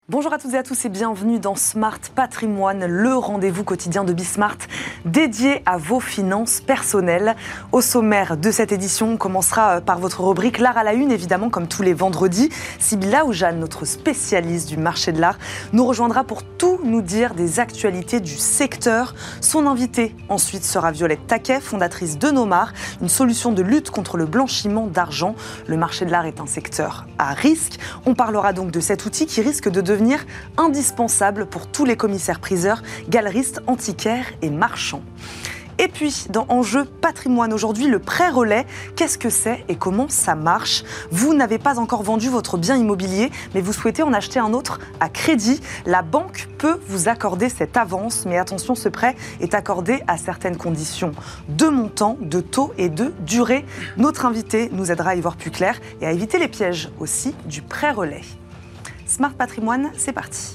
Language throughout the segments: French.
Bonjour à toutes et à tous et bienvenue dans Smart Patrimoine, le rendez-vous quotidien de Bismart dédié à vos finances personnelles. Au sommaire de cette édition, on commencera par votre rubrique L'art à la une, évidemment comme tous les vendredis. Sybille Aoujane, notre spécialiste du marché de l'art, nous rejoindra pour tout nous dire des actualités du secteur. Son invitée ensuite sera Violette Taquet, fondatrice de Nomar, une solution de lutte contre le blanchiment d'argent. Le marché de l'art est un secteur à risque. On parlera donc de cet outil qui risque de devenir indispensable pour tous les commissaires-priseurs, galeristes, antiquaires et marchands. Et puis, dans Enjeu Patrimoine, aujourd'hui, le prêt relais, qu'est-ce que c'est et comment ça marche ? Vous n'avez pas encore vendu votre bien immobilier, mais vous souhaitez en acheter un autre à crédit. La banque peut vous accorder cette avance, mais attention, ce prêt est accordé à certaines conditions de montant, de taux et de durée. Notre invité nous aidera à y voir plus clair et à éviter les pièges aussi du prêt relais. Smart Patrimoine, c'est parti.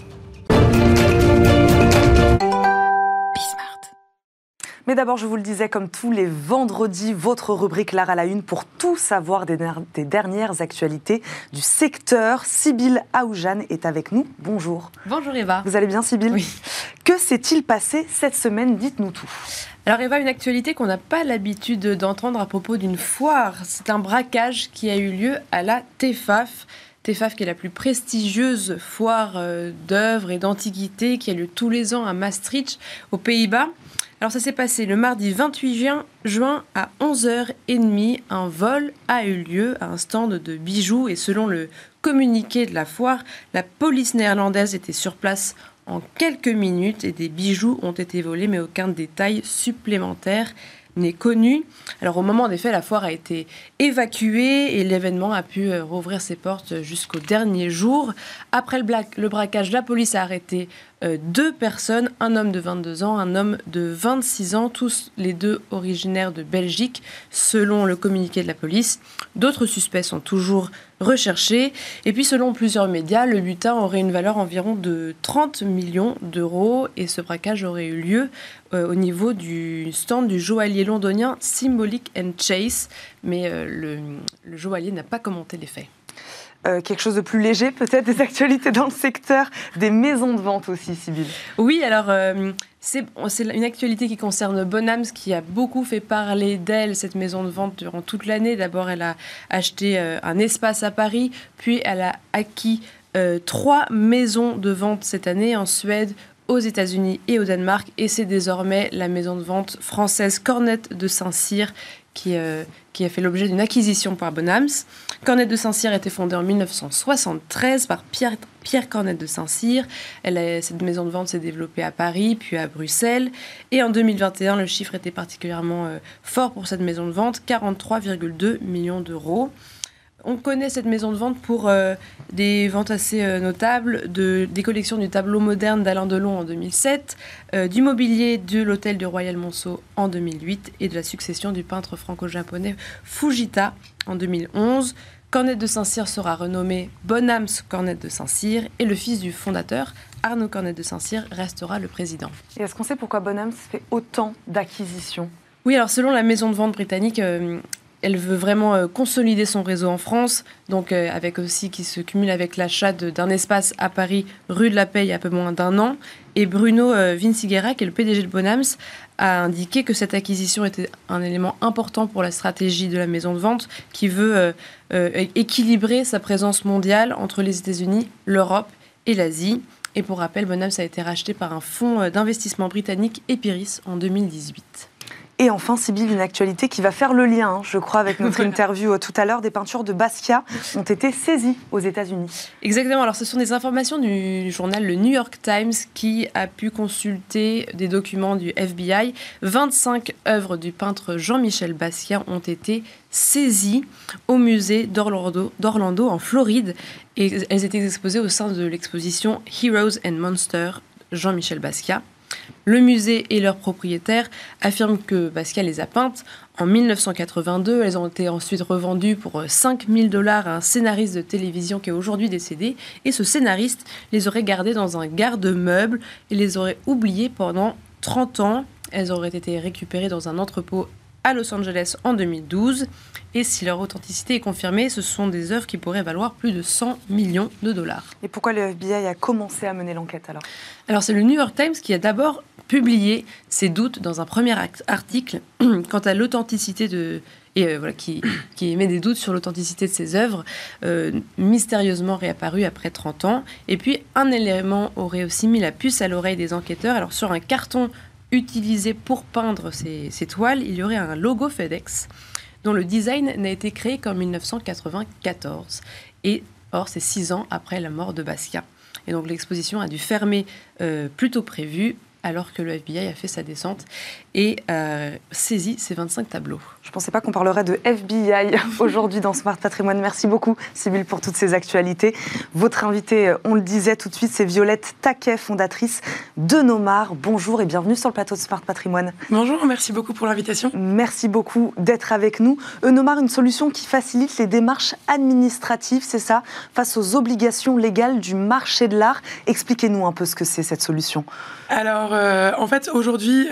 Mais d'abord, je vous le disais, comme tous les vendredis, votre rubrique L'art à la une pour tout savoir des dernières actualités du secteur. Sybille Aoujane est avec nous. Bonjour. Bonjour Eva. Vous allez bien, Sybille ? Oui. Que s'est-il passé cette semaine ? Dites-nous tout. Alors Eva, une actualité qu'on n'a pas l'habitude d'entendre à propos d'une foire. C'est un braquage qui a eu lieu à la TEFAF. TEFAF qui est la plus prestigieuse foire d'œuvres et d'antiquités qui a lieu tous les ans à Maastricht, aux Pays-Bas. Alors ça s'est passé le mardi 28 juin à 11h30. Un vol a eu lieu à un stand de bijoux et selon le communiqué de la foire, la police néerlandaise était sur place en quelques minutes et des bijoux ont été volés mais aucun détail supplémentaire n'est connu. Alors au moment des faits, la foire a été évacuée et l'événement a pu rouvrir ses portes jusqu'au dernier jour. Après le braquage, la police a arrêté 2 personnes, un homme de 22 ans, un homme de 26 ans, tous les deux originaires de Belgique, selon le communiqué de la police. D'autres suspects sont toujours recherchés. Et puis selon plusieurs médias, le butin aurait une valeur environ de 30 millions d'euros et ce braquage aurait eu lieu au niveau du stand du joaillier londonien Symbolic & Chase, mais le joaillier n'a pas commenté les faits. Quelque chose de plus léger, peut-être des actualités dans le secteur, des maisons de vente aussi, Sybille. Oui, alors c'est une actualité qui concerne Bonhams, qui a beaucoup fait parler d'elle, cette maison de vente, durant toute l'année. D'abord, elle a acheté un espace à Paris, puis elle a acquis 3 maisons de vente cette année en Suède, aux États-Unis et au Danemark. Et c'est désormais la maison de vente française Cornette de Saint-Cyr qui a fait l'objet d'une acquisition par Bonhams. Cornette de Saint-Cyr a été fondée en 1973 par Pierre Cornette de Saint-Cyr. Cette maison de vente s'est développée à Paris, puis à Bruxelles. Et en 2021, le chiffre était particulièrement fort pour cette maison de vente, 43,2 millions d'euros. On connaît cette maison de vente pour des ventes assez notables, des collections du tableau moderne d'Alain Delon en 2007, du mobilier de l'hôtel du Royal Monceau en 2008 et de la succession du peintre franco-japonais Fujita en 2011. Cornette de Saint-Cyr sera renommé Bonhams Cornette de Saint-Cyr et le fils du fondateur, Arnaud Cornette de Saint-Cyr, restera le président. Et est-ce qu'on sait pourquoi Bonhams fait autant d'acquisitions ? Oui, alors selon la maison de vente britannique, elle veut vraiment consolider son réseau en France, donc avec aussi qui se cumule avec l'achat d'un espace à Paris, rue de la Paix, il y a un peu moins d'1 an. Et Bruno Vinciguerra, qui est le PDG de Bonhams, a indiqué que cette acquisition était un élément important pour la stratégie de la maison de vente, qui veut équilibrer sa présence mondiale entre les États-Unis, l'Europe et l'Asie. Et pour rappel, Bonhams a été racheté par un fonds d'investissement britannique Epiris en 2018. Et enfin, Sybille, une actualité qui va faire le lien, je crois, avec notre interview tout à l'heure. Des peintures de Basquiat ont été saisies aux États-Unis. Exactement. Alors, ce sont des informations du journal Le New York Times qui a pu consulter des documents du FBI. 25 œuvres du peintre Jean-Michel Basquiat ont été saisies au musée d'Orlando en Floride. Et elles étaient exposées au sein de l'exposition Heroes and Monsters Jean-Michel Basquiat. Le musée et leurs propriétaires affirment que Basquiat les a peintes en 1982. Elles ont été ensuite revendues pour $5 000 à un scénariste de télévision qui est aujourd'hui décédé. Et ce scénariste les aurait gardées dans un garde-meuble et les aurait oubliées pendant 30 ans. Elles auraient été récupérées dans un entrepôt à Los Angeles en 2012. Et si leur authenticité est confirmée, ce sont des œuvres qui pourraient valoir plus de 100 millions de dollars. Et pourquoi le FBI a commencé à mener l'enquête alors ? Alors c'est le New York Times qui a d'abord publié ses doutes dans un premier article quant à l'authenticité qui émet des doutes sur l'authenticité de ces œuvres, mystérieusement réapparues après 30 ans. Et puis, un élément aurait aussi mis la puce à l'oreille des enquêteurs. Alors, sur un carton utilisé pour peindre ces toiles, il y aurait un logo FedEx, dont le design n'a été créé qu'en 1994. Or, c'est 6 ans après la mort de Basquiat. Et donc, l'exposition a dû fermer plus tôt prévu, alors que le FBI a fait sa descente et saisi ces 25 tableaux. Je ne pensais pas qu'on parlerait de FBI aujourd'hui dans Smart Patrimoine. Merci beaucoup, Sybille, pour toutes ces actualités. Votre invitée, on le disait tout de suite, c'est Violette Taquet, fondatrice de Nomar. Bonjour et bienvenue sur le plateau de Smart Patrimoine. Bonjour, merci beaucoup pour l'invitation. Merci beaucoup d'être avec nous. Nomar, une solution qui facilite les démarches administratives, c'est ça, face aux obligations légales du marché de l'art. Expliquez-nous un peu ce que c'est cette solution. Alors, en fait, aujourd'hui,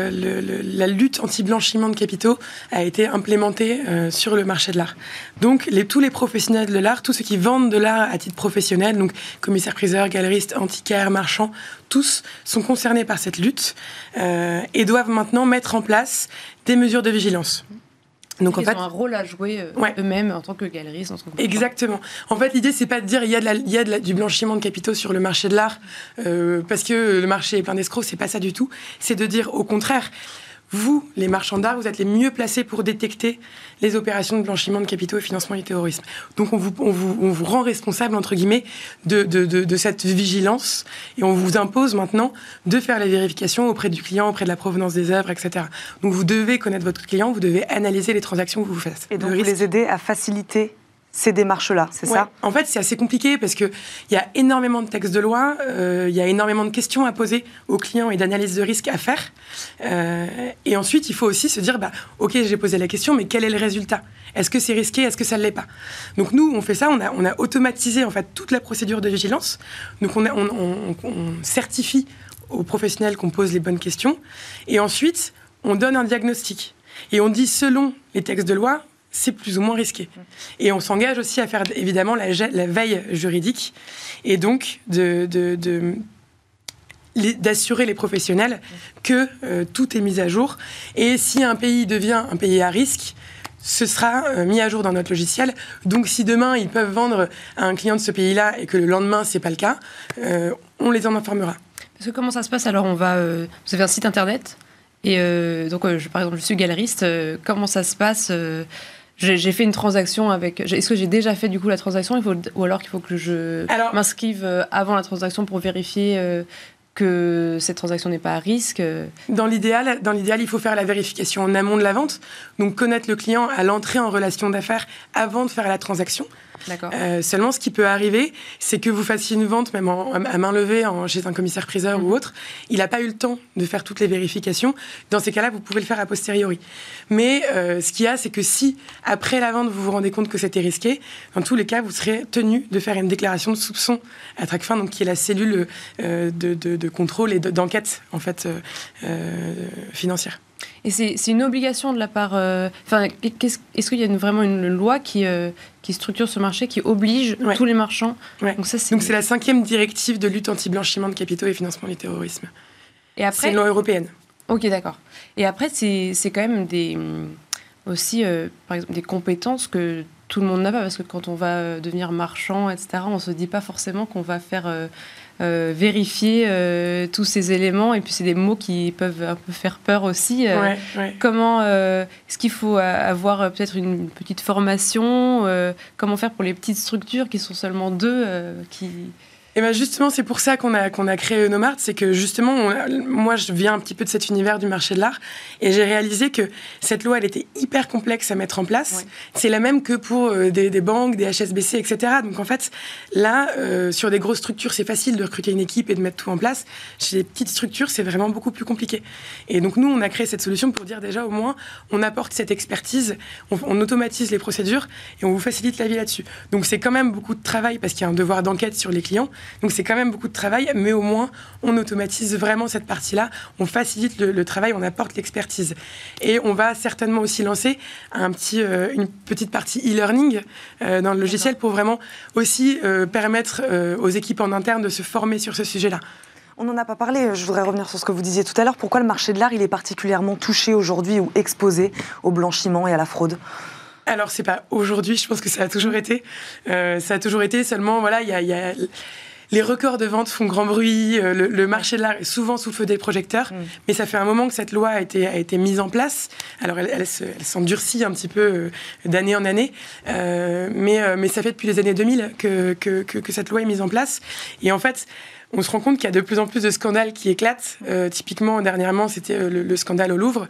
la lutte anti-blanchiment de capitaux a été implémentée sur le marché de l'art. Donc, tous les professionnels de l'art, tous ceux qui vendent de l'art à titre professionnel, donc commissaires-priseurs, galeristes, antiquaires, marchands, tous sont concernés par cette lutte et doivent maintenant mettre en place des mesures de vigilance. Donc, ils ont un rôle à jouer eux-mêmes en tant que galeristes. Exactement. En fait, l'idée, c'est pas de dire il y a du blanchiment de capitaux sur le marché de l'art parce que le marché est plein d'escrocs, c'est pas ça du tout. C'est de dire, au contraire, vous, les marchands d'art, vous êtes les mieux placés pour détecter les opérations de blanchiment de capitaux et financement du terrorisme. Donc, on vous rend responsable, entre guillemets, de cette vigilance et on vous impose maintenant de faire la vérification auprès du client, auprès de la provenance des œuvres, etc. Donc, vous devez connaître votre client, vous devez analyser les transactions que vous faites. Et donc, vous les aidez à faciliter ces démarches-là, c'est ça ? En fait, c'est assez compliqué parce qu'il y a énormément de textes de loi, il y a énormément de questions à poser aux clients et d'analyse de risque à faire. Et ensuite, il faut aussi se dire, OK, j'ai posé la question, mais quel est le résultat ? Est-ce que c'est risqué ? Est-ce que ça ne l'est pas ? Donc nous, on fait ça, on a automatisé en fait toute la procédure de vigilance. Donc on certifie aux professionnels qu'on pose les bonnes questions. Et ensuite, on donne un diagnostic. Et on dit, selon les textes de loi, c'est plus ou moins risqué. Et on s'engage aussi à faire, évidemment, la veille juridique et donc d'assurer les professionnels que tout est mis à jour. Et si un pays devient un pays à risque, ce sera mis à jour dans notre logiciel. Donc, si demain, ils peuvent vendre à un client de ce pays-là et que le lendemain, c'est pas le cas, on les en informera. Parce que comment ça se passe ? Alors, vous avez un site internet et donc, par exemple, je suis galeriste. Comment ça se passe ? J'ai fait une transaction avec... Est-ce que j'ai déjà fait du coup la transaction ou alors qu'il faut que je m'inscrive avant la transaction pour vérifier que cette transaction n'est pas à risque ? Dans l'idéal, il faut faire la vérification en amont de la vente, donc connaître le client à l'entrée en relation d'affaires avant de faire la transaction. D'accord. Seulement, ce qui peut arriver, c'est que vous fassiez une vente, même à main levée, chez un commissaire-priseur ou autre. Il n'a pas eu le temps de faire toutes les vérifications. Dans ces cas-là, vous pouvez le faire a posteriori. Mais ce qu'il y a, c'est que si, après la vente, vous vous rendez compte que c'était risqué, dans tous les cas, vous serez tenu de faire une déclaration de soupçon à Tracfin, donc qui est la cellule de contrôle et d'enquête, en fait, financière. Et c'est une obligation de la part... est-ce qu'il y a vraiment une loi qui structure ce marché, qui oblige tous les marchands ? Donc c'est la 5e directive de lutte anti-blanchiment de capitaux et financement du terrorisme. Et après, c'est une loi européenne. Ok, d'accord. Et après, c'est quand même aussi, par exemple, des compétences que tout le monde n'a pas, parce que quand on va devenir marchand, etc., on ne se dit pas forcément qu'on va faire... vérifier tous ces éléments, et puis c'est des mots qui peuvent un peu faire peur aussi. Comment est-ce qu'il faut avoir peut-être une petite formation, comment faire pour les petites structures qui sont seulement 2 qui... Et bien justement, c'est pour ça qu'on a créé Nomar, c'est que justement, moi je viens un petit peu de cet univers du marché de l'art et j'ai réalisé que cette loi, elle était hyper complexe à mettre en place. Ouais. C'est la même que pour des banques, des HSBC, etc. Donc en fait, là, sur des grosses structures, c'est facile de recruter une équipe et de mettre tout en place. Chez les petites structures, c'est vraiment beaucoup plus compliqué. Et donc nous, on a créé cette solution pour dire déjà, au moins, on apporte cette expertise, on automatise les procédures et on vous facilite la vie là-dessus. Donc c'est quand même beaucoup de travail parce qu'il y a un devoir d'enquête sur les clients. Donc c'est quand même beaucoup de travail, mais au moins on automatise vraiment cette partie-là, on facilite le travail, on apporte l'expertise. Et on va certainement aussi lancer une petite partie e-learning dans le logiciel pour vraiment aussi permettre aux équipes en interne de se former sur ce sujet-là. On n'en a pas parlé, je voudrais revenir sur ce que vous disiez tout à l'heure. Pourquoi le marché de l'art il est particulièrement touché aujourd'hui ou exposé au blanchiment et à la fraude ? Alors, c'est pas aujourd'hui, je pense que ça a toujours été. Seulement, voilà, il y a les records de vente font grand bruit, le marché de l'art est souvent sous le feu des projecteurs, mais ça fait un moment que cette loi a été mise en place. Alors, elle s'endurcit un petit peu d'année en année, mais ça fait depuis les années 2000 que cette loi est mise en place. Et en fait, on se rend compte qu'il y a de plus en plus de scandales qui éclatent. Typiquement, dernièrement, c'était le scandale au Louvre.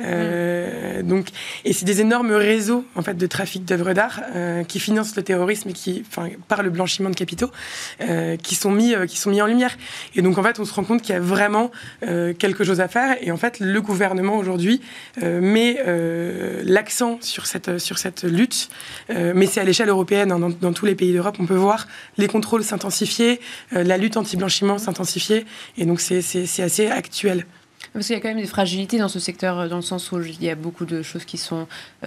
Et c'est des énormes réseaux en fait, de trafic d'œuvres d'art qui financent le terrorisme et par le blanchiment de capitaux, qui sont mis en lumière. Et donc, en fait, on se rend compte qu'il y a vraiment quelque chose à faire. Et en fait, le gouvernement, aujourd'hui, met l'accent sur cette lutte. Mais c'est à l'échelle européenne. Hein, dans tous les pays d'Europe, on peut voir les contrôles s'intensifier, la lutte anti-blanchiment s'intensifier, et donc c'est assez actuel. Parce qu'il y a quand même des fragilités dans ce secteur, dans le sens où il y a beaucoup de choses qui sont...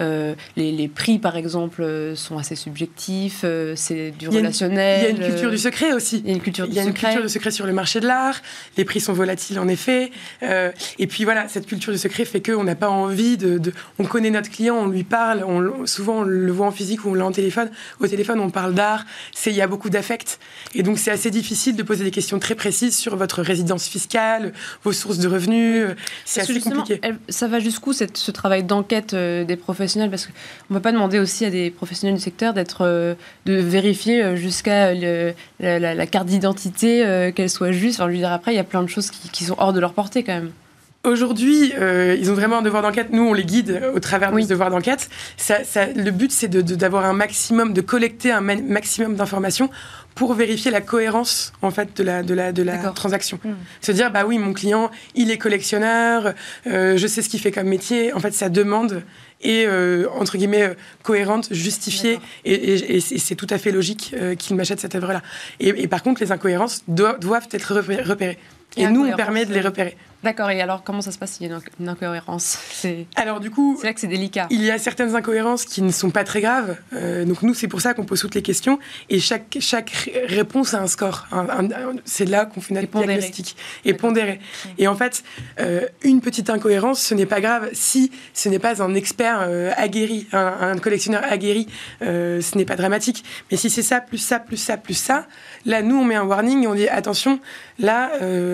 les prix, par exemple, sont assez subjectifs, c'est du relationnel. Il y a une culture du secret aussi. Il y a une culture du secret sur le marché de l'art, les prix sont volatiles en effet, et puis voilà, cette culture du secret fait qu'on n'a pas envie on connaît notre client, on lui parle, souvent on le voit en physique ou on l'a au téléphone on parle d'art, il y a beaucoup d'affect, et donc c'est assez difficile de poser des questions très précises sur votre résidence fiscale, vos sources de revenus. C'est assez compliqué. Ça va jusqu'où ce travail d'enquête des professionnels? Parce qu'on ne va pas demander aussi à des professionnels du secteur de vérifier jusqu'à la carte d'identité, qu'elle soit juste. Enfin, je veux dire, après, il y a plein de choses qui sont hors de leur portée quand même. Aujourd'hui, ils ont vraiment un devoir d'enquête. Nous, on les guide au travers de ce devoir d'enquête. Le but, c'est d'avoir de collecter un maximum d'informations pour vérifier la cohérence en fait de la transaction. Se dire bah oui, mon client, il est collectionneur, je sais ce qu'il fait comme métier. En fait, sa demande est entre guillemets cohérente, justifiée, et c'est tout à fait logique qu'il m'achète cette œuvre-là. Et par contre, les incohérences doivent être repérées. Et nous, on permet de les repérer. D'accord, et alors comment ça se passe s'il y a une incohérence? Alors du coup, c'est là que c'est délicat. Il y a certaines incohérences qui ne sont pas très graves. Donc nous, c'est pour ça qu'on pose toutes les questions. Et chaque réponse a un score. C'est là qu'on fait notre diagnostic. Et pondéré. Et en fait, une petite incohérence, ce n'est pas grave si ce n'est pas un expert aguerri, un collectionneur aguerri, ce n'est pas dramatique. Mais si c'est ça, plus ça, plus ça, plus ça, là, nous, on met un warning et on dit attention, là...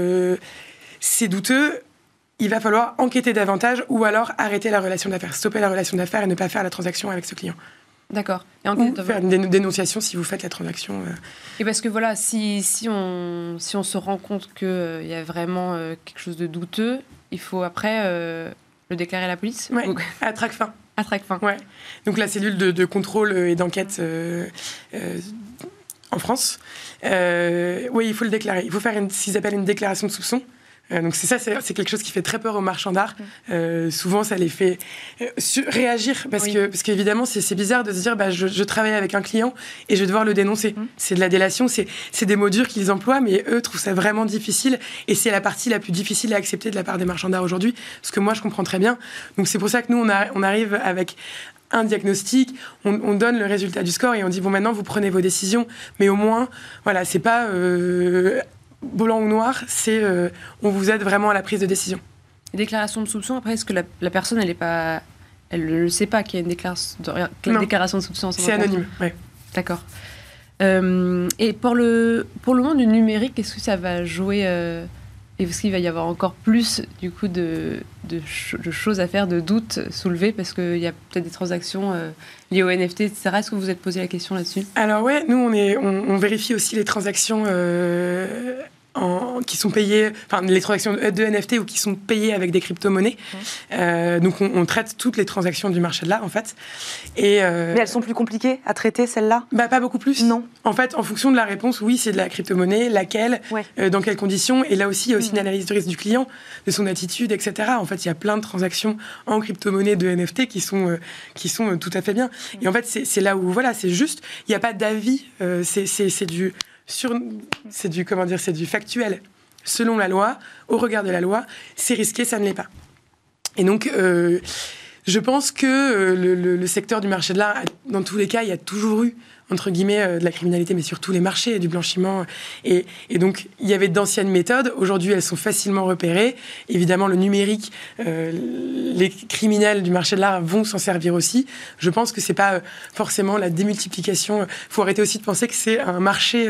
c'est douteux, il va falloir enquêter davantage ou alors arrêter la relation d'affaires, stopper la relation d'affaires et ne pas faire la transaction avec ce client. D'accord. Ou faire une dénonciation si vous faites la transaction. Et parce que voilà, si on se rend compte qu'il y a vraiment quelque chose de douteux, il faut après le déclarer à la police? Ouais, à Tracfin. À Tracfin. Ouais. Donc la cellule de contrôle et d'enquête en France. Oui, il faut le déclarer. Il faut faire ce qu'ils appellent une déclaration de soupçon. Donc c'est quelque chose qui fait très peur aux marchands d'art. Souvent, ça les fait réagir parce qu'évidemment, c'est bizarre de se dire je travaille avec un client et je vais devoir le dénoncer. C'est de la délation, c'est des mots durs qu'ils emploient, mais eux trouvent ça vraiment difficile, et c'est la partie la plus difficile à accepter de la part des marchands d'art aujourd'hui, ce que moi, je comprends très bien. Donc c'est pour ça que nous, on arrive avec un diagnostic, on donne le résultat du score et on dit bon, maintenant vous prenez vos décisions, mais au moins voilà, c'est pas blanc ou noir, c'est on vous aide vraiment à la prise de décision. Déclaration de soupçon, après, est-ce que la personne elle ne sait pas qu'il y a une déclaration de soupçon? C'est anonyme, ouais. D'accord. Et pour le monde du numérique, est-ce que ça va jouer est-ce qu'il va y avoir encore plus du coup de choses à faire, de doutes soulevés, parce qu'il y a peut-être des transactions liées au NFT, etc. Est-ce que vous vous êtes posé la question là-dessus? Alors ouais, nous on vérifie aussi les transactions qui sont payées, enfin les transactions de NFT ou qui sont payées avec des crypto-monnaies. Donc on traite toutes les transactions du marché de l'art en fait. Mais elles sont plus compliquées à traiter, celles-là? Pas beaucoup plus. Non. En fait, en fonction de la réponse, oui, c'est de la crypto-monnaie, laquelle, dans quelles conditions, et là aussi il y a aussi une analyse de risque du client, de son attitude, etc. En fait, il y a plein de transactions en crypto-monnaie de NFT qui sont tout à fait bien. Et en fait, c'est là où voilà, c'est juste, il n'y a pas d'avis, c'est du c'est du factuel. Selon la loi, au regard de la loi, c'est risqué, ça ne l'est pas. Et donc, je pense que le secteur du marché de l'art, dans tous les cas, il y a toujours eu, entre guillemets, de la criminalité, mais surtout les marchés, du blanchiment. Et donc, il y avait d'anciennes méthodes. Aujourd'hui, elles sont facilement repérées. Évidemment, le numérique, les criminels du marché de l'art vont s'en servir aussi. Je pense que c'est pas forcément la démultiplication. Il faut arrêter aussi de penser que c'est un marché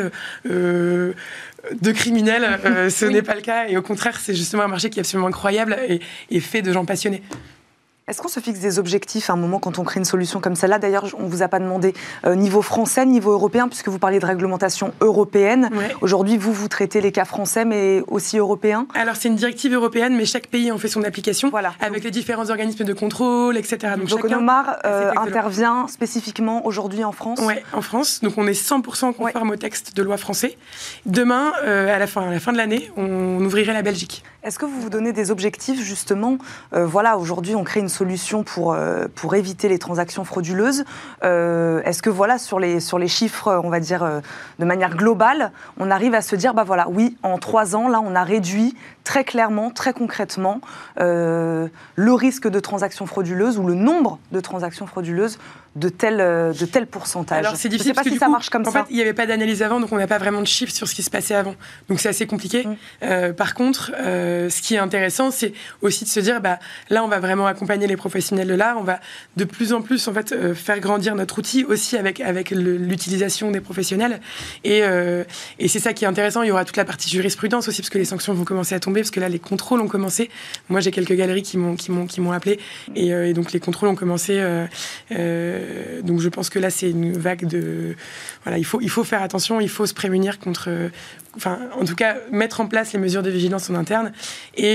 de criminels. Ce n'est pas le cas. Et au contraire, c'est justement un marché qui est absolument incroyable et fait de gens passionnés. Est-ce qu'on se fixe des objectifs à un moment quand on crée une solution comme celle-là? D'ailleurs, on ne vous a pas demandé niveau français, niveau européen, puisque vous parliez de réglementation européenne. Ouais. Aujourd'hui, vous traitez les cas français, mais aussi européens? Alors, c'est une directive européenne, mais chaque pays en fait son application, avec les différents organismes de contrôle, etc. Donc Nomar intervient spécifiquement aujourd'hui en France? Oui, en France. Donc, on est 100% conforme au texte de loi français. Demain, à la fin de l'année, on ouvrirait la Belgique. Est-ce que vous vous donnez des objectifs, justement? Aujourd'hui, on crée une solution pour éviter les transactions frauduleuses. Est-ce que sur les chiffres, on va dire de manière globale, on arrive à se dire, oui, en 3 ans, là, on a réduit très clairement, très concrètement, le risque de transactions frauduleuses ou le nombre de transactions frauduleuses de tel pourcentage? Alors, c'est difficile. Je ne sais pas si ça marche comme ça. En fait, il n'y avait pas d'analyse avant, donc on n'a pas vraiment de chiffres sur ce qui se passait avant. Donc, c'est assez compliqué. Par contre, ce qui est intéressant, c'est aussi de se dire, là, on va vraiment accompagner les professionnels de l'art. On va de plus en plus, en fait, faire grandir notre outil aussi avec l'utilisation des professionnels. Et c'est ça qui est intéressant. Il y aura toute la partie jurisprudence aussi, parce que les sanctions vont commencer à tomber, parce que là, les contrôles ont commencé. Moi, j'ai quelques galeries qui m'ont appelé. Et donc, les contrôles ont commencé. Donc je pense que là c'est une vague de il faut faire attention, il faut se prémunir contre, en tout cas mettre en place les mesures de vigilance en interne et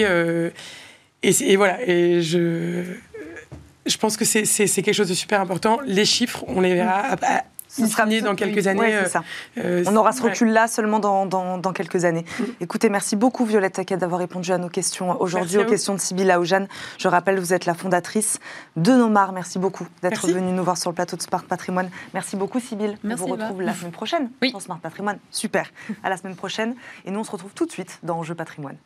je pense que c'est quelque chose de super important. Les chiffres, on les verra Ce sera dans quelques années. Ouais, c'est ça. On aura ce recul-là seulement dans quelques années. Écoutez, merci beaucoup Violette Taquet d'avoir répondu à nos questions aujourd'hui, aux questions de Sybille Aoujane. Je rappelle, vous êtes la fondatrice de Nomar. Merci beaucoup d'être venue nous voir sur le plateau de Smart Patrimoine. Merci beaucoup Sybille. Merci, on vous retrouve la semaine prochaine dans Smart Patrimoine. Super. À la semaine prochaine. Et nous, on se retrouve tout de suite dans Enjeu Patrimoine.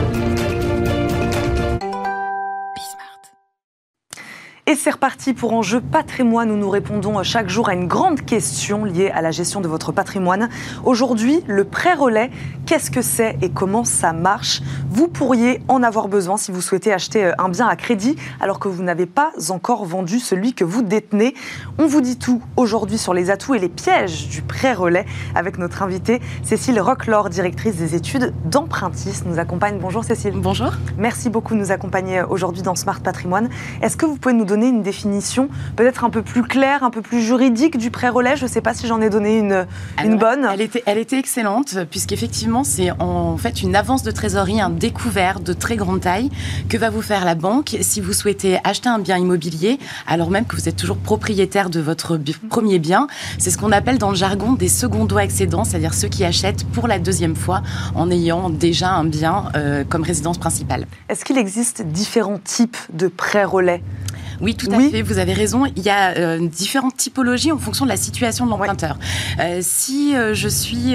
Et c'est reparti pour Enjeu Patrimoine où nous répondons chaque jour à une grande question liée à la gestion de votre patrimoine. Aujourd'hui, le prêt relais, qu'est-ce que c'est et comment ça marche? Vous pourriez en avoir besoin si vous souhaitez acheter un bien à crédit alors que vous n'avez pas encore vendu celui que vous détenez. On vous dit tout aujourd'hui sur les atouts et les pièges du prêt relais avec notre invitée Cécile Rocklor, directrice des études d'Empruntis, nous accompagne. Bonjour Cécile. Bonjour. Merci beaucoup de nous accompagner aujourd'hui dans Smart Patrimoine. Est-ce que vous pouvez nous donner une définition peut-être un peu plus claire, un peu plus juridique du prêt relais? Je ne sais pas si j'en ai donné une bonne. Elle était excellente, puisqu'effectivement, c'est en fait une avance de trésorerie, un découvert de très grande taille que va vous faire la banque si vous souhaitez acheter un bien immobilier, alors même que vous êtes toujours propriétaire de votre premier bien. C'est ce qu'on appelle dans le jargon des secondos accédants, c'est-à-dire ceux qui achètent pour la deuxième fois en ayant déjà un bien comme résidence principale. Est-ce qu'il existe différents types de prêt relais? Oui, tout à fait, vous avez raison. Il y a différentes typologies en fonction de la situation de l'emprunteur. Si je suis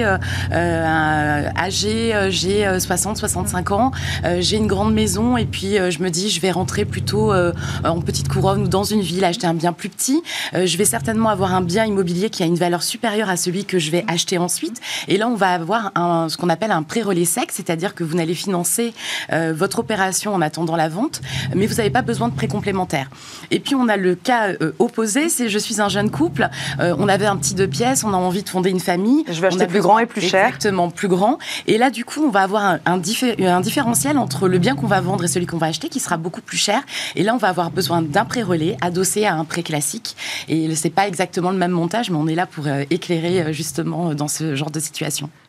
âgée, j'ai 60-65 ans, j'ai une grande maison et puis je me dis je vais rentrer plutôt en petite couronne ou dans une ville, acheter un bien plus petit, je vais certainement avoir un bien immobilier qui a une valeur supérieure à celui que je vais acheter ensuite. Et là, on va avoir ce qu'on appelle un prêt relais sec, c'est-à-dire que vous n'allez financer votre opération en attendant la vente, mais vous n'avez pas besoin de prêt complémentaire. Et puis on a le cas opposé, c'est je suis un jeune couple, on avait un petit 2 pièces, on a envie de fonder une famille. Je vais acheter plus grand et plus cher. Exactement, plus grand. Et là du coup on va avoir un différentiel entre le bien qu'on va vendre et celui qu'on va acheter qui sera beaucoup plus cher. Et là on va avoir besoin d'un prêt relais adossé à un prêt classique. Et c'est pas exactement le même montage, mais on est là pour éclairer justement dans ce genre de situation.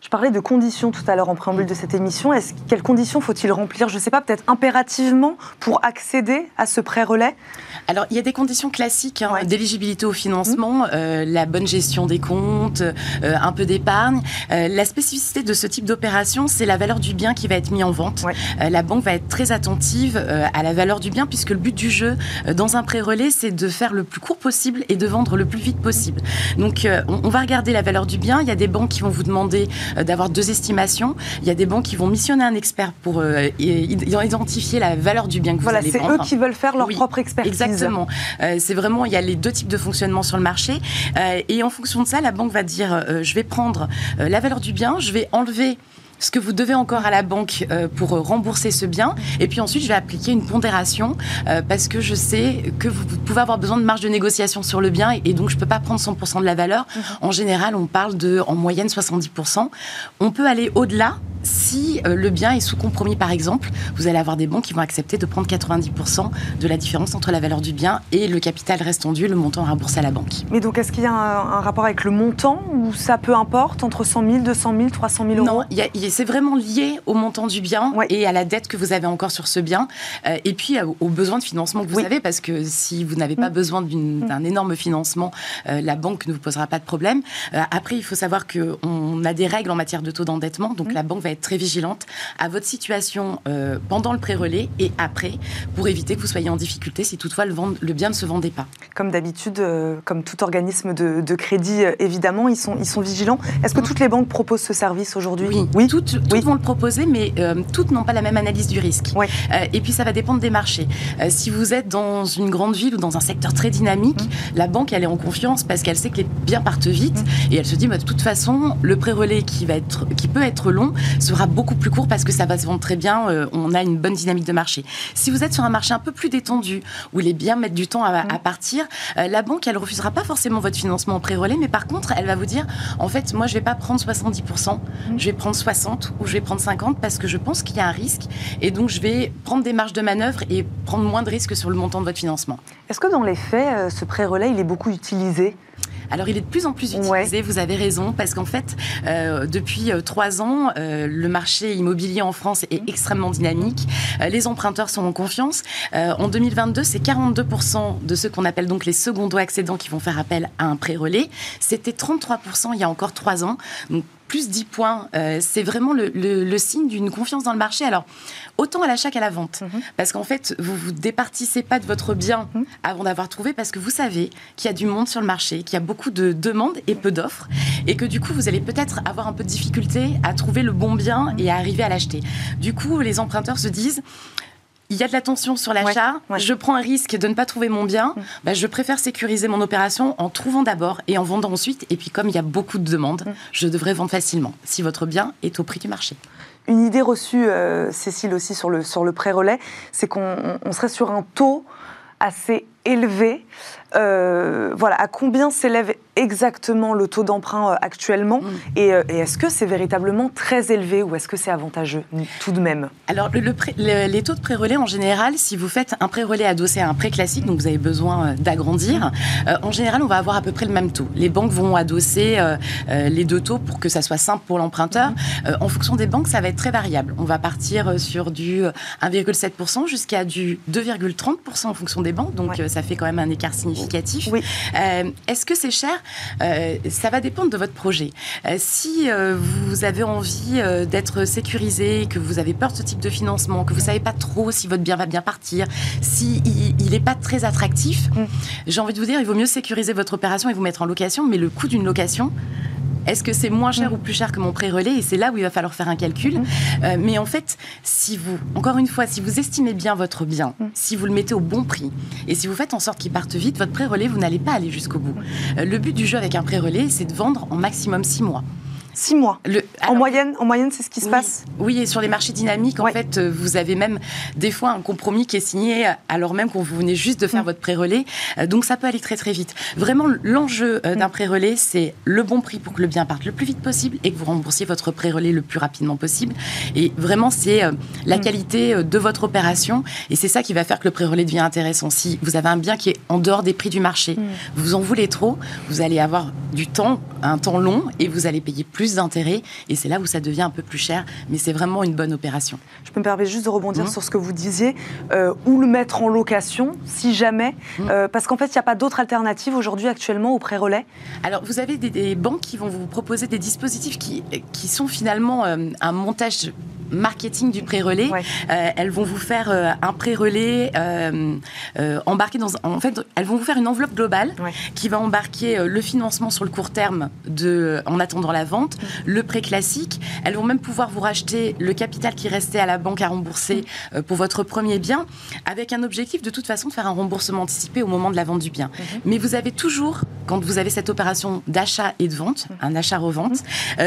Je parlais de conditions tout à l'heure en préambule de cette émission. Quelles conditions faut-il remplir, je ne sais pas, peut-être impérativement pour accéder à ce prêt relais ? Alors, il y a des conditions classiques d'éligibilité au financement, la bonne gestion des comptes, un peu d'épargne. La spécificité de ce type d'opération, c'est la valeur du bien qui va être mis en vente. Ouais. La banque va être très attentive à la valeur du bien, puisque le but du jeu dans un prêt relais, c'est de faire le plus court possible et de vendre le plus vite possible. Donc, on va regarder la valeur du bien. Il y a des banques qui vont vous demander d'avoir 2 estimations. Il y a des banques qui vont missionner un expert pour identifier la valeur du bien que vous allez vendre. C'est eux qui veulent faire leur propre expertise. Exactement. C'est vraiment, il y a les 2 types de fonctionnement sur le marché. Et en fonction de ça, la banque va dire, je vais prendre la valeur du bien, je vais enlever ce que vous devez encore à la banque pour rembourser ce bien. Et puis ensuite, je vais appliquer une pondération parce que je sais que vous pouvez avoir besoin de marge de négociation sur le bien et donc je ne peux pas prendre 100% de la valeur. En général, on parle en moyenne 70%. On peut aller au-delà si le bien est sous compromis, par exemple. Vous allez avoir des banques qui vont accepter de prendre 90% de la différence entre la valeur du bien et le capital restant dû, le montant remboursé à la banque. Mais donc, est-ce qu'il y a un rapport avec le montant ou ça peu importe, entre 100 000, 200 000, 300 000 euros ? Non, c'est vraiment lié au montant du bien et à la dette que vous avez encore sur ce bien. Et puis, aux besoins de financement que vous avez, parce que si vous n'avez pas besoin d'un énorme financement, la banque ne vous posera pas de problème. Après, il faut savoir qu'on a des règles en matière de taux d'endettement, donc la banque va être très vigilante à votre situation pendant le pré-relais et après, pour éviter que vous soyez en difficulté si toutefois le bien ne se vendait pas. Comme d'habitude, comme tout organisme de crédit, évidemment, ils sont vigilants. Est-ce que toutes les banques proposent ce service aujourd'hui ? Oui. Toutes vont le proposer, mais toutes n'ont pas la même analyse du risque. Oui. Et puis, ça va dépendre des marchés. Si vous êtes dans une grande ville ou dans un secteur très dynamique, la banque, elle est en confiance parce qu'elle sait que les biens partent vite et elle se dit, de toute façon, le pré-relais qui peut être long sera beaucoup plus court parce que ça va se vendre très bien. On a une bonne dynamique de marché. Si vous êtes sur un marché un peu plus détendu, où les biens mettent du temps à partir, la banque, elle refusera pas forcément votre financement en pré-relais, mais par contre, elle va vous dire, en fait, moi, je vais pas prendre 70%, je vais prendre 60% ou je vais prendre 50% parce que je pense qu'il y a un risque et donc je vais prendre des marges de manœuvre et prendre moins de risques sur le montant de votre financement. Est-ce que dans les faits, ce pré-relais, il est beaucoup utilisé ? Alors, il est de plus en plus utilisé, vous avez raison, parce qu'en fait, depuis 3 ans, le marché immobilier en France est extrêmement dynamique. Les emprunteurs sont en confiance. En 2022, c'est 42% de ceux qu'on appelle donc les secondo-accédants qui vont faire appel à un pré-relais. C'était 33% il y a encore 3 ans. Donc, plus 10 points, c'est vraiment le signe d'une confiance dans le marché. Alors, autant à l'achat qu'à la vente. Parce qu'en fait, vous ne vous départissez pas de votre bien avant d'avoir trouvé, parce que vous savez qu'il y a du monde sur le marché, qu'il y a beaucoup de demandes et peu d'offres, et que du coup, vous allez peut-être avoir un peu de difficulté à trouver le bon bien et à arriver à l'acheter. Du coup, les emprunteurs se disent... Il y a de la tension sur l'achat, je prends un risque de ne pas trouver mon bien, je préfère sécuriser mon opération en trouvant d'abord et en vendant ensuite. Et puis comme il y a beaucoup de demandes, je devrais vendre facilement si votre bien est au prix du marché. Une idée reçue, Cécile, aussi sur le pré-relais, c'est qu'on serait sur un taux assez élevé. À combien s'élève exactement le taux d'emprunt actuellement et est-ce que c'est véritablement très élevé ou est-ce que c'est avantageux tout de même ? Alors, les taux de pré-relais, en général, si vous faites un pré-relais adossé à un prêt classique, donc vous avez besoin d'agrandir, en général, on va avoir à peu près le même taux. Les banques vont adosser les 2 taux pour que ça soit simple pour l'emprunteur. En fonction des banques, ça va être très variable. On va partir sur du 1,7% jusqu'à du 2,30% en fonction des banques, donc ça fait quand même un écart significatif. Oui. Est-ce que c'est cher ? Ça va dépendre de votre projet. Si vous avez envie d'être sécurisé, que vous avez peur de ce type de financement, que vous ne savez pas trop si votre bien va bien partir, s'il n'est pas très attractif, j'ai envie de vous dire, il vaut mieux sécuriser votre opération et vous mettre en location, mais le coût d'une location... Est-ce que c'est moins cher ou plus cher que mon pré-relais ? Et c'est là où il va falloir faire un calcul. Mais en fait, encore une fois, si vous estimez bien votre bien, si vous le mettez au bon prix, et si vous faites en sorte qu'il parte vite, votre pré-relais, vous n'allez pas aller jusqu'au bout. Le but du jeu avec un pré-relais, c'est de vendre en maximum 6 mois. 6 mois. En moyenne, c'est ce qui se passe ? Oui, et sur les marchés dynamiques, en fait, vous avez même des fois un compromis qui est signé alors même qu'on vous venez juste de faire votre pré-relais. Donc, ça peut aller très, très vite. Vraiment, l'enjeu d'un pré-relais, c'est le bon prix pour que le bien parte le plus vite possible et que vous remboursiez votre pré-relais le plus rapidement possible. Et vraiment, c'est la qualité de votre opération. Et c'est ça qui va faire que le pré-relais devient intéressant. Si vous avez un bien qui est en dehors des prix du marché, vous en voulez trop, vous allez avoir un temps long et vous allez payer plus plus d'intérêt et c'est là où ça devient un peu plus cher, mais c'est vraiment une bonne opération. Je peux me permettre juste de rebondir sur ce que vous disiez, ou le mettre en location, si jamais, parce qu'en fait, il n'y a pas d'autre alternative aujourd'hui actuellement au prêt relais. Alors, vous avez des banques qui vont vous proposer des dispositifs qui sont finalement un montage marketing du pré-relais. Ouais. Elles vont vous faire un pré-relais embarqué en fait, elles vont vous faire une enveloppe globale qui va embarquer le financement sur le court terme en attendant la vente, le prêt classique. Elles vont même pouvoir vous racheter le capital qui restait à la banque à rembourser pour votre premier bien, avec un objectif de toute façon de faire un remboursement anticipé au moment de la vente du bien. Mais vous avez toujours, quand vous avez cette opération d'achat et de vente, un achat-revente,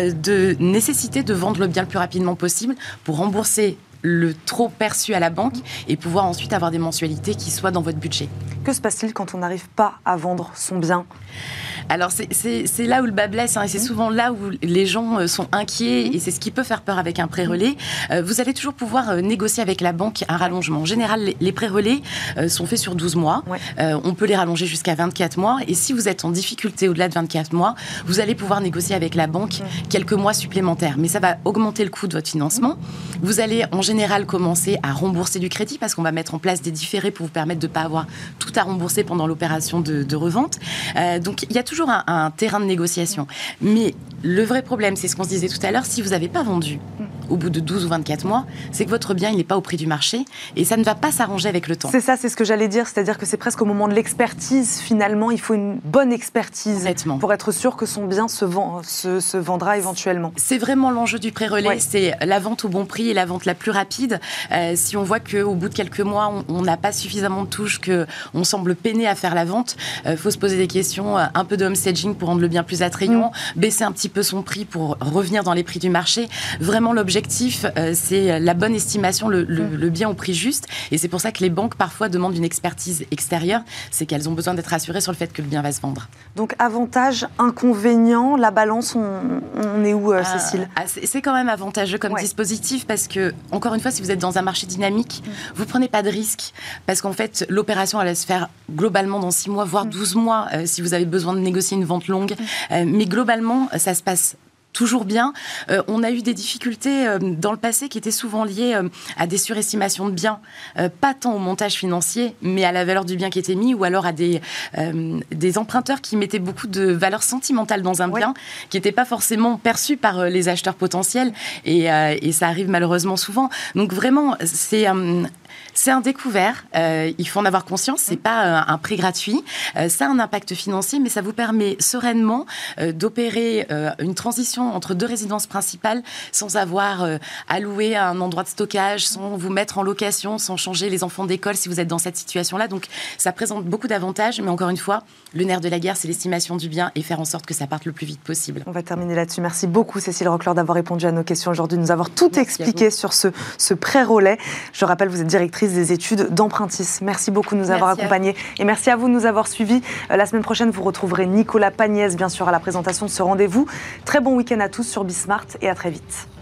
de nécessité de vendre le bien le plus rapidement possible pour rembourser le trop perçu à la banque et pouvoir ensuite avoir des mensualités qui soient dans votre budget. Que se passe-t-il quand on n'arrive pas à vendre son bien ? Alors, c'est là où le bas blesse, et c'est souvent là où les gens sont inquiets, et c'est ce qui peut faire peur avec un pré-relais. Vous allez toujours pouvoir négocier avec la banque un rallongement. En général, les pré-relais sont faits sur 12 mois. On peut les rallonger jusqu'à 24 mois, et si vous êtes en difficulté au-delà de 24 mois, vous allez pouvoir négocier avec la banque quelques mois supplémentaires. Mais ça va augmenter le coût de votre financement. Vous allez en général commencer à rembourser du crédit, parce qu'on va mettre en place des différés pour vous permettre de ne pas avoir tout à rembourser pendant l'opération de revente. Donc, il y a toujours un terrain de négociation. Mais le vrai problème, c'est ce qu'on se disait tout à l'heure, si vous n'avez pas vendu au bout de 12 ou 24 mois, c'est que votre bien, il n'est pas au prix du marché et ça ne va pas s'arranger avec le temps. C'est ça, c'est ce que j'allais dire, c'est-à-dire que c'est presque au moment de l'expertise, finalement, il faut une bonne expertise pour être sûr que son bien se vendra éventuellement. C'est vraiment l'enjeu du pré-relais, c'est la vente au bon prix et la vente la plus rapide. Si on voit qu'au bout de quelques mois, on n'a pas suffisamment de touches, qu'on semble peiner à faire la vente, il faut se poser des questions, un peu de home staging pour rendre le bien plus attrayant, baisser un petit peu son prix pour revenir dans les prix du marché. Vraiment, l'objectif, c'est la bonne estimation, le bien au prix juste. Et c'est pour ça que les banques, parfois, demandent une expertise extérieure. C'est qu'elles ont besoin d'être rassurées sur le fait que le bien va se vendre. Donc, avantage, inconvénient, la balance, on est où, Cécile ? C'est quand même avantageux comme dispositif parce que, encore une fois, si vous êtes dans un marché dynamique, vous ne prenez pas de risque parce qu'en fait, l'opération, elle va se faire globalement dans 6 mois, voire 12 mois, si vous avez besoin de négocier une vente longue. Mais globalement, ça se passe toujours bien. On a eu des difficultés dans le passé qui étaient souvent liées à des surestimations de biens, pas tant au montage financier, mais à la valeur du bien qui était mis, ou alors à des emprunteurs qui mettaient beaucoup de valeur sentimentale dans un bien, qui n'était pas forcément perçu par les acheteurs potentiels, et ça arrive malheureusement souvent. Donc vraiment, c'est un découvert, il faut en avoir conscience, c'est pas un prêt gratuit, ça a un impact financier, mais ça vous permet sereinement d'opérer une transition entre 2 résidences principales sans avoir à louer un endroit de stockage, sans vous mettre en location, sans changer les enfants d'école si vous êtes dans cette situation-là. Donc ça présente beaucoup d'avantages, mais encore une fois, le nerf de la guerre, c'est l'estimation du bien et faire en sorte que ça parte le plus vite possible. On va terminer là-dessus. Merci beaucoup Cécile Roclor d'avoir répondu à nos questions aujourd'hui, de nous avoir tout expliqué sur ce pré-relais. Je rappelle, vous êtes directrice des études d'Empruntis. Merci beaucoup de nous avoir accompagnés et merci à vous de nous avoir suivis. La semaine prochaine, vous retrouverez Nicolas Pagnès, bien sûr, à la présentation de ce rendez-vous. Très bon week-end à tous sur Bismart et à très vite.